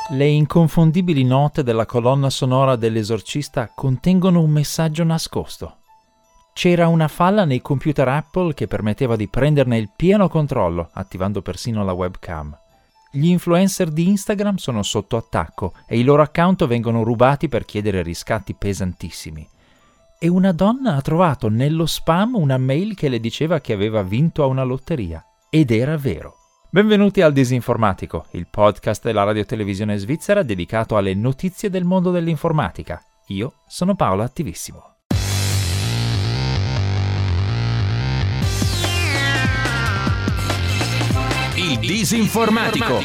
Le inconfondibili note della colonna sonora dell'Esorcista contengono un messaggio nascosto. C'era una falla nei computer Apple che permetteva di prenderne il pieno controllo, attivando persino la webcam. Gli influencer di Instagram sono sotto attacco e i loro account vengono rubati per chiedere riscatti pesantissimi. E una donna ha trovato nello spam una mail che le diceva che aveva vinto a una lotteria. Ed era vero. Benvenuti al Disinformatico, il podcast della radiotelevisione svizzera dedicato alle notizie del mondo dell'informatica. Io sono Paolo Attivissimo. Il Disinformatico.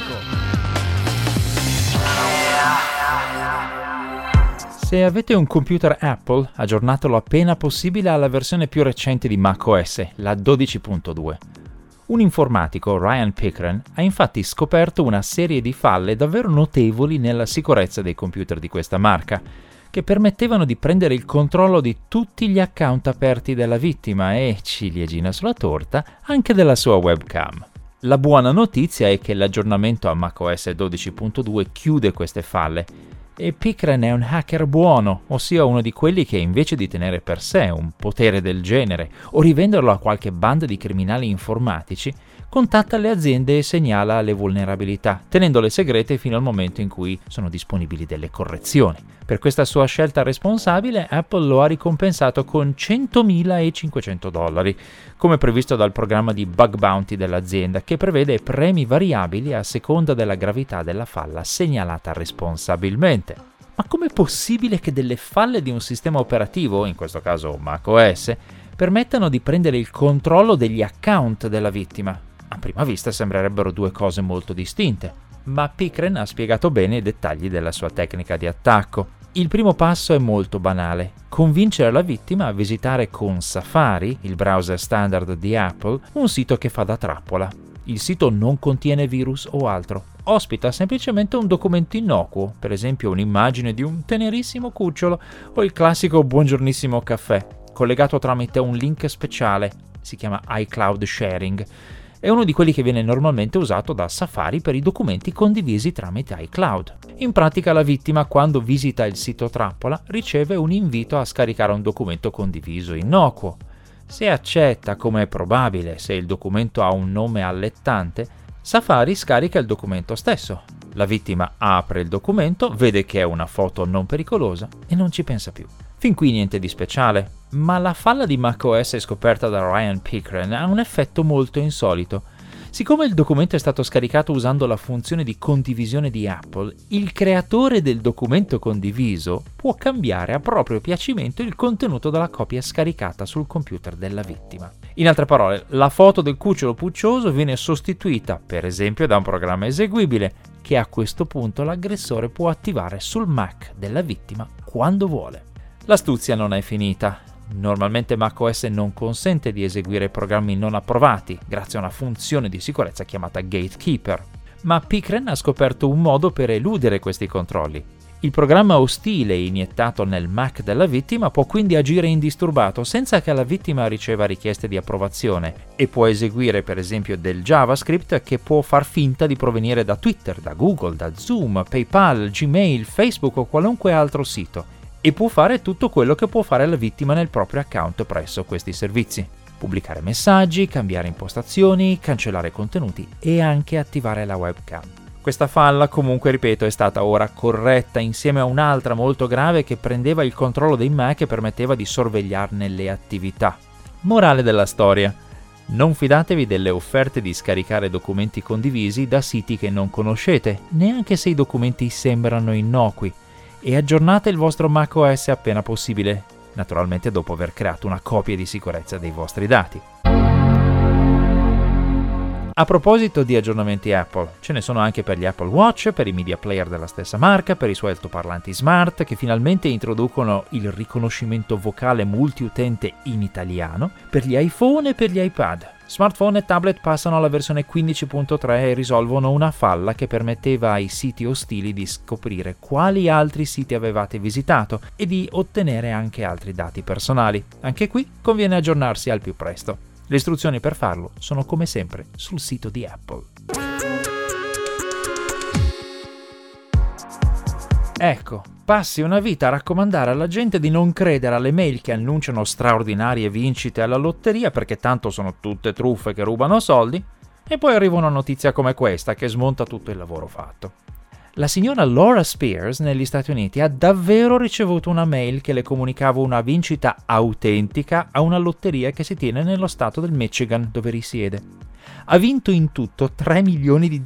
Se avete un computer Apple, aggiornatelo appena possibile alla versione più recente di macOS, la 12.2. Un informatico, Ryan Pickren, ha infatti scoperto una serie di falle davvero notevoli nella sicurezza dei computer di questa marca, che permettevano di prendere il controllo di tutti gli account aperti della vittima e, ciliegina sulla torta, anche della sua webcam. La buona notizia è che l'aggiornamento a macOS 12.2 chiude queste falle, e Pickren è un hacker buono, ossia uno di quelli che invece di tenere per sé un potere del genere o rivenderlo a qualche banda di criminali informatici, contatta le aziende e segnala le vulnerabilità, tenendole segrete fino al momento in cui sono disponibili delle correzioni. Per questa sua scelta responsabile, Apple lo ha ricompensato con $100.500, come previsto dal programma di bug bounty dell'azienda, che prevede premi variabili a seconda della gravità della falla segnalata responsabilmente. Ma com'è possibile che delle falle di un sistema operativo, in questo caso macOS, permettano di prendere il controllo degli account della vittima? A prima vista sembrerebbero due cose molto distinte, ma Pickren ha spiegato bene i dettagli della sua tecnica di attacco. Il primo passo è molto banale: convincere la vittima a visitare con Safari, il browser standard di Apple, un sito che fa da trappola. Il sito non contiene virus o altro, ospita semplicemente un documento innocuo, per esempio un'immagine di un tenerissimo cucciolo o il classico buongiornissimo caffè, collegato tramite un link speciale, si chiama iCloud Sharing. È uno di quelli che viene normalmente usato da Safari per i documenti condivisi tramite iCloud. In pratica la vittima, quando visita il sito trappola, riceve un invito a scaricare un documento condiviso innocuo. Se accetta, come è probabile se il documento ha un nome allettante, Safari scarica il documento stesso. La vittima apre il documento, vede che è una foto non pericolosa e non ci pensa più. Fin qui niente di speciale, ma la falla di macOS scoperta da Ryan Pickren ha un effetto molto insolito. Siccome il documento è stato scaricato usando la funzione di condivisione di Apple, il creatore del documento condiviso può cambiare a proprio piacimento il contenuto della copia scaricata sul computer della vittima. In altre parole, la foto del cucciolo puccioso viene sostituita, per esempio, da un programma eseguibile che a questo punto l'aggressore può attivare sul Mac della vittima quando vuole. L'astuzia non è finita. Normalmente macOS non consente di eseguire programmi non approvati grazie a una funzione di sicurezza chiamata Gatekeeper, ma Pickren ha scoperto un modo per eludere questi controlli. Il programma ostile iniettato nel Mac della vittima può quindi agire indisturbato senza che la vittima riceva richieste di approvazione e può eseguire per esempio del JavaScript che può far finta di provenire da Twitter, da Google, da Zoom, PayPal, Gmail, Facebook o qualunque altro sito. E può fare tutto quello che può fare la vittima nel proprio account presso questi servizi: pubblicare messaggi, cambiare impostazioni, cancellare contenuti e anche attivare la webcam. Questa falla, comunque, ripeto, è stata ora corretta insieme a un'altra molto grave che prendeva il controllo dei Mac e permetteva di sorvegliarne le attività. Morale della storia: non fidatevi delle offerte di scaricare documenti condivisi da siti che non conoscete, neanche se i documenti sembrano innocui. E aggiornate il vostro macOS appena possibile, naturalmente dopo aver creato una copia di sicurezza dei vostri dati. A proposito di aggiornamenti Apple, ce ne sono anche per gli Apple Watch, per i media player della stessa marca, per i suoi altoparlanti smart che finalmente introducono il riconoscimento vocale multiutente in italiano, per gli iPhone e per gli iPad. Smartphone e tablet passano alla versione 15.3 e risolvono una falla che permetteva ai siti ostili di scoprire quali altri siti avevate visitato e di ottenere anche altri dati personali. Anche qui conviene aggiornarsi al più presto. Le istruzioni per farlo sono come sempre sul sito di Apple. Ecco, passi una vita a raccomandare alla gente di non credere alle mail che annunciano straordinarie vincite alla lotteria perché tanto sono tutte truffe che rubano soldi, e poi arriva una notizia come questa che smonta tutto il lavoro fatto. La signora Laura Spears negli Stati Uniti ha davvero ricevuto una mail che le comunicava una vincita autentica a una lotteria che si tiene nello stato del Michigan, dove risiede. Ha vinto in tutto $3 milioni.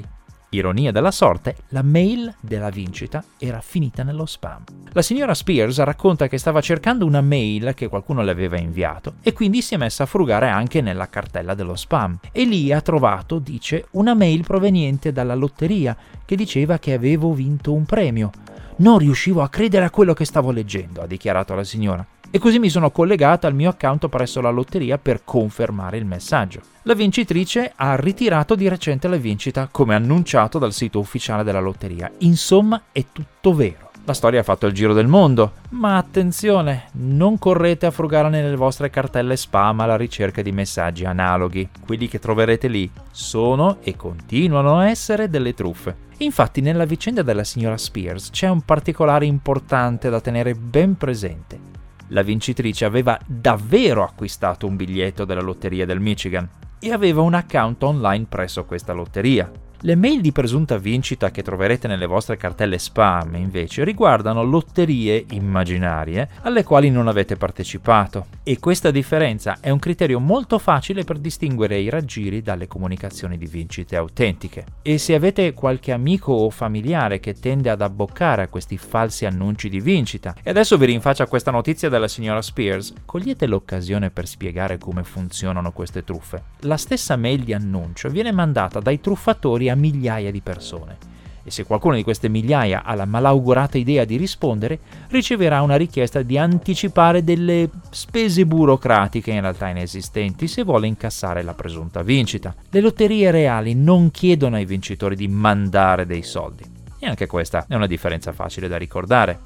Ironia della sorte, la mail della vincita era finita nello spam. La signora Spears racconta che stava cercando una mail che qualcuno le aveva inviato e quindi si è messa a frugare anche nella cartella dello spam. E lì ha trovato, dice, una mail proveniente dalla lotteria che diceva che avevo vinto un premio. Non riuscivo a credere a quello che stavo leggendo, ha dichiarato la signora. E così mi sono collegata al mio account presso la lotteria per confermare il messaggio. La vincitrice ha ritirato di recente la vincita, come annunciato dal sito ufficiale della lotteria. Insomma, è tutto vero. La storia ha fatto il giro del mondo, ma attenzione, non correte a frugare nelle vostre cartelle spam alla ricerca di messaggi analoghi. Quelli che troverete lì sono e continuano a essere delle truffe. Infatti, nella vicenda della signora Spears c'è un particolare importante da tenere ben presente. La vincitrice aveva davvero acquistato un biglietto della lotteria del Michigan e aveva un account online presso questa lotteria. Le mail di presunta vincita che troverete nelle vostre cartelle spam, invece, riguardano lotterie immaginarie alle quali non avete partecipato. E questa differenza è un criterio molto facile per distinguere i raggiri dalle comunicazioni di vincite autentiche. E se avete qualche amico o familiare che tende ad abboccare a questi falsi annunci di vincita, e adesso vi rinfaccia questa notizia della signora Spears, cogliete l'occasione per spiegare come funzionano queste truffe. La stessa mail di annuncio viene mandata dai truffatori a migliaia di persone e se qualcuno di queste migliaia ha la malaugurata idea di rispondere, riceverà una richiesta di anticipare delle spese burocratiche in realtà inesistenti se vuole incassare la presunta vincita. Le lotterie reali non chiedono ai vincitori di mandare dei soldi e anche questa è una differenza facile da ricordare.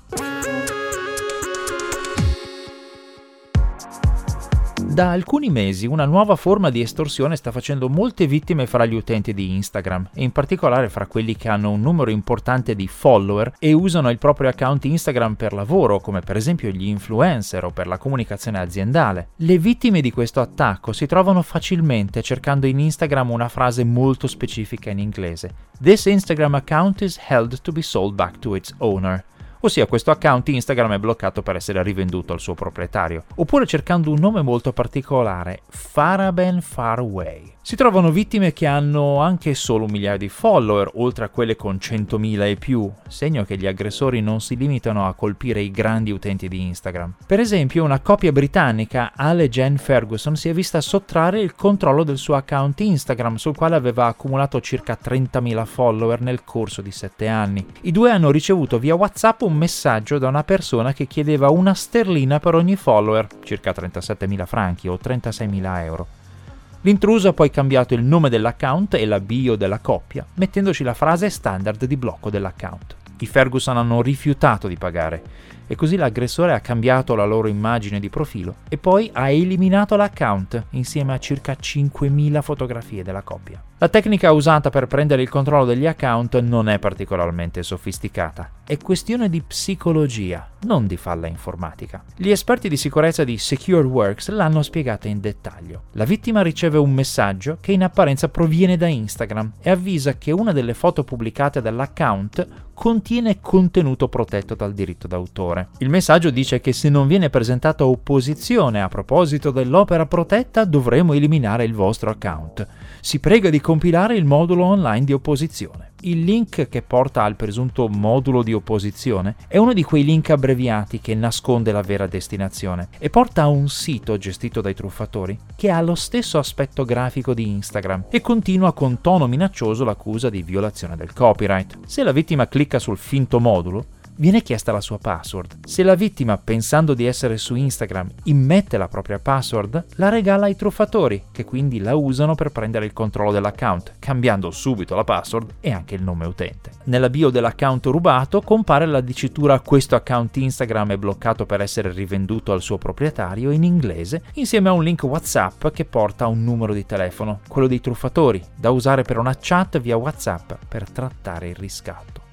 Da alcuni mesi una nuova forma di estorsione sta facendo molte vittime fra gli utenti di Instagram e in particolare fra quelli che hanno un numero importante di follower e usano il proprio account Instagram per lavoro, come per esempio gli influencer o per la comunicazione aziendale. Le vittime di questo attacco si trovano facilmente cercando in Instagram una frase molto specifica in inglese: "This Instagram account is held to be sold back to its owner". Ossia, questo account Instagram è bloccato per essere rivenduto al suo proprietario. Oppure cercando un nome molto particolare, Faraben Farway. Si trovano vittime che hanno anche solo 1 migliaio di follower, oltre a quelle con 100.000 e più, segno che gli aggressori non si limitano a colpire i grandi utenti di Instagram. Per esempio, una coppia britannica, Ale e Jen Ferguson, si è vista sottrarre il controllo del suo account Instagram, sul quale aveva accumulato circa 30.000 follower nel corso di 7 anni. I due hanno ricevuto via WhatsApp un messaggio da una persona che chiedeva una sterlina per ogni follower, circa 37.000 franchi o 36.000 euro. L'intruso ha poi cambiato il nome dell'account e la bio della coppia, mettendoci la frase standard di blocco dell'account. I Ferguson hanno rifiutato di pagare e così l'aggressore ha cambiato la loro immagine di profilo e poi ha eliminato l'account insieme a circa 5.000 fotografie della coppia. La tecnica usata per prendere il controllo degli account non è particolarmente sofisticata, è questione di psicologia, non di falla informatica. Gli esperti di sicurezza di SecureWorks l'hanno spiegata in dettaglio. La vittima riceve un messaggio che in apparenza proviene da Instagram e avvisa che una delle foto pubblicate dall'account contiene contenuto protetto dal diritto d'autore. Il messaggio dice che se non viene presentata opposizione a proposito dell'opera protetta dovremo eliminare il vostro account. Si prega di compilare il modulo online di opposizione. Il link che porta al presunto modulo di opposizione è uno di quei link abbreviati che nasconde la vera destinazione e porta a un sito gestito dai truffatori che ha lo stesso aspetto grafico di Instagram e continua con tono minaccioso l'accusa di violazione del copyright. Se la vittima clicca sul finto modulo, viene chiesta la sua password. Se la vittima, pensando di essere su Instagram, immette la propria password, la regala ai truffatori, che quindi la usano per prendere il controllo dell'account, cambiando subito la password e anche il nome utente. Nella bio dell'account rubato compare la dicitura "questo account Instagram è bloccato per essere rivenduto al suo proprietario" in inglese, insieme a un link WhatsApp che porta a un numero di telefono, quello dei truffatori, da usare per una chat via WhatsApp per trattare il riscatto.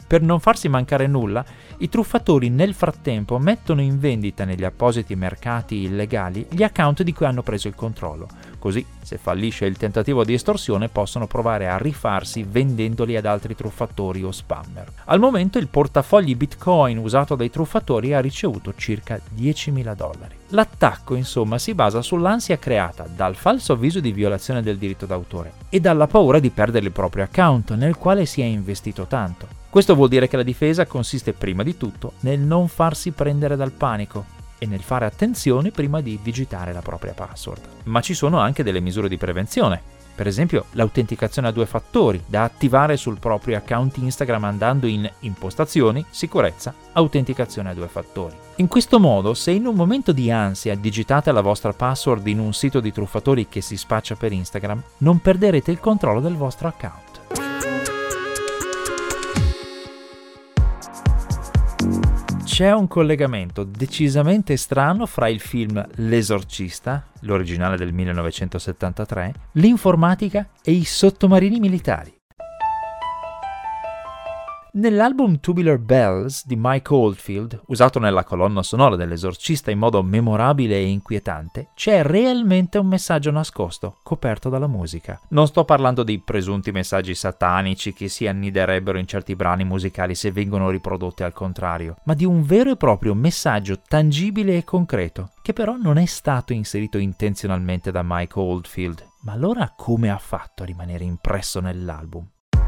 Per non farsi mancare nulla, i truffatori nel frattempo mettono in vendita negli appositi mercati illegali gli account di cui hanno preso il controllo. Così, se fallisce il tentativo di estorsione, possono provare a rifarsi vendendoli ad altri truffatori o spammer. Al momento il portafogli Bitcoin usato dai truffatori ha ricevuto circa $10.000. L'attacco, insomma, si basa sull'ansia creata dal falso avviso di violazione del diritto d'autore e dalla paura di perdere il proprio account nel quale si è investito tanto. Questo vuol dire che la difesa consiste prima di tutto nel non farsi prendere dal panico e nel fare attenzione prima di digitare la propria password. Ma ci sono anche delle misure di prevenzione. Per esempio, l'autenticazione a 2 fattori da attivare sul proprio account Instagram andando in Impostazioni, Sicurezza, Autenticazione a 2 fattori. In questo modo, se in un momento di ansia digitate la vostra password in un sito di truffatori che si spaccia per Instagram, non perderete il controllo del vostro account. C'è un collegamento decisamente strano fra il film L'Esorcista, l'originale del 1973, l'informatica e i sottomarini militari. Nell'album Tubular Bells di Mike Oldfield, usato nella colonna sonora dell'Esorcista in modo memorabile e inquietante, c'è realmente un messaggio nascosto, coperto dalla musica. Non sto parlando dei presunti messaggi satanici che si anniderebbero in certi brani musicali se vengono riprodotti al contrario, ma di un vero e proprio messaggio tangibile e concreto, che però non è stato inserito intenzionalmente da Mike Oldfield. Ma allora come ha fatto a rimanere impresso nell'album?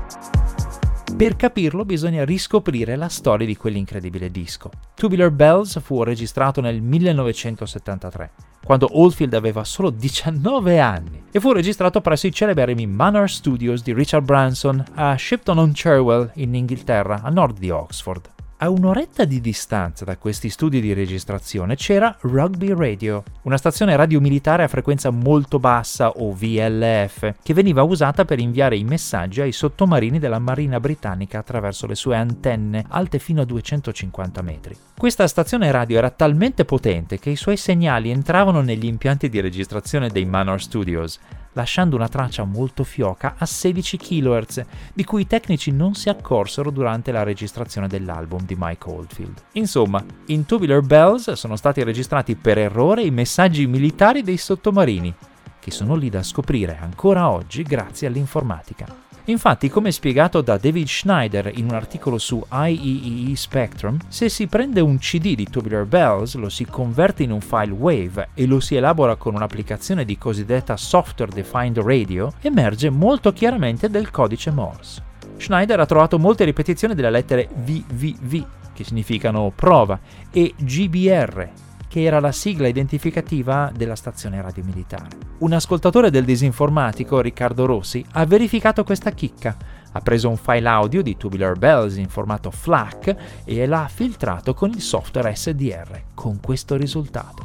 Per capirlo bisogna riscoprire la storia di quell'incredibile disco. Tubular Bells fu registrato nel 1973, quando Oldfield aveva solo 19 anni, e fu registrato presso i celeberrimi Manor Studios di Richard Branson a Shipton-on-Cherwell, in Inghilterra, a nord di Oxford. A un'oretta di distanza da questi studi di registrazione c'era Rugby Radio, una stazione radio militare a frequenza molto bassa o VLF, che veniva usata per inviare i messaggi ai sottomarini della Marina britannica attraverso le sue antenne alte fino a 250 metri. Questa stazione radio era talmente potente che i suoi segnali entravano negli impianti di registrazione dei Manor Studios, lasciando una traccia molto fioca a 16 kHz, di cui i tecnici non si accorsero durante la registrazione dell'album di Mike Oldfield. Insomma, in Tubular Bells sono stati registrati per errore i messaggi militari dei sottomarini, che sono lì da scoprire ancora oggi grazie all'informatica. Infatti, come spiegato da David Schneider in un articolo su IEEE Spectrum, se si prende un CD di Tubular Bells, lo si converte in un file WAV e lo si elabora con un'applicazione di cosiddetta Software Defined Radio, emerge molto chiaramente del codice Morse. Schneider ha trovato molte ripetizioni delle lettere VVV, che significano prova, e GBR, che era la sigla identificativa della stazione radio militare. Un ascoltatore del disinformatico, Riccardo Rossi, ha verificato questa chicca. Ha preso un file audio di Tubular Bells in formato FLAC e l'ha filtrato con il software SDR, con questo risultato.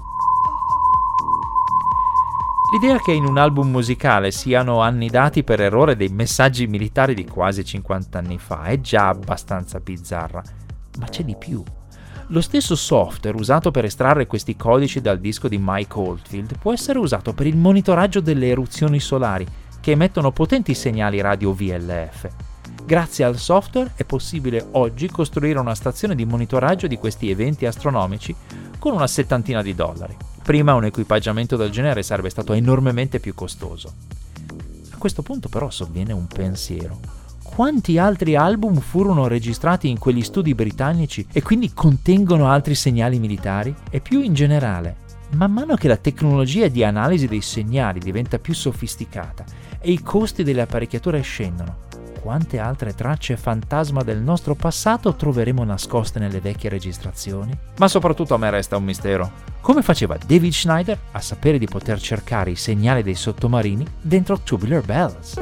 L'idea che in un album musicale siano annidati per errore dei messaggi militari di quasi 50 anni fa è già abbastanza bizzarra, ma c'è di più. Lo stesso software usato per estrarre questi codici dal disco di Mike Oldfield può essere usato per il monitoraggio delle eruzioni solari, che emettono potenti segnali radio VLF. Grazie al software è possibile oggi costruire una stazione di monitoraggio di questi eventi astronomici con una $70. Prima un equipaggiamento del genere sarebbe stato enormemente più costoso. A questo punto però sovviene un pensiero. Quanti altri album furono registrati in quegli studi britannici e quindi contengono altri segnali militari? E più in generale, man mano che la tecnologia di analisi dei segnali diventa più sofisticata e i costi delle apparecchiature scendono, quante altre tracce fantasma del nostro passato troveremo nascoste nelle vecchie registrazioni? Ma soprattutto a me resta un mistero. Come faceva David Schneider a sapere di poter cercare i segnali dei sottomarini dentro Tubular Bells?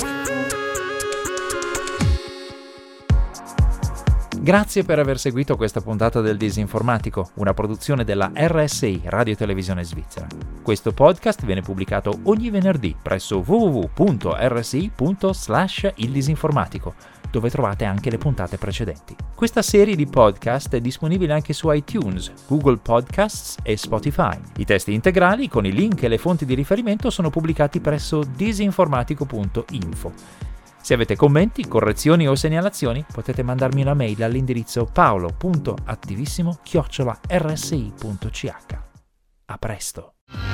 Grazie per aver seguito questa puntata del Disinformatico, una produzione della RSI Radio Televisione Svizzera. Questo podcast viene pubblicato ogni venerdì presso www.rsi.com/ildisinformatico, dove trovate anche le puntate precedenti. Questa serie di podcast è disponibile anche su iTunes, Google Podcasts e Spotify. I testi integrali con i link e le fonti di riferimento sono pubblicati presso disinformatico.info. Se avete commenti, correzioni o segnalazioni, potete mandarmi una mail all'indirizzo paolo.attivissimo@rsi.ch. A presto!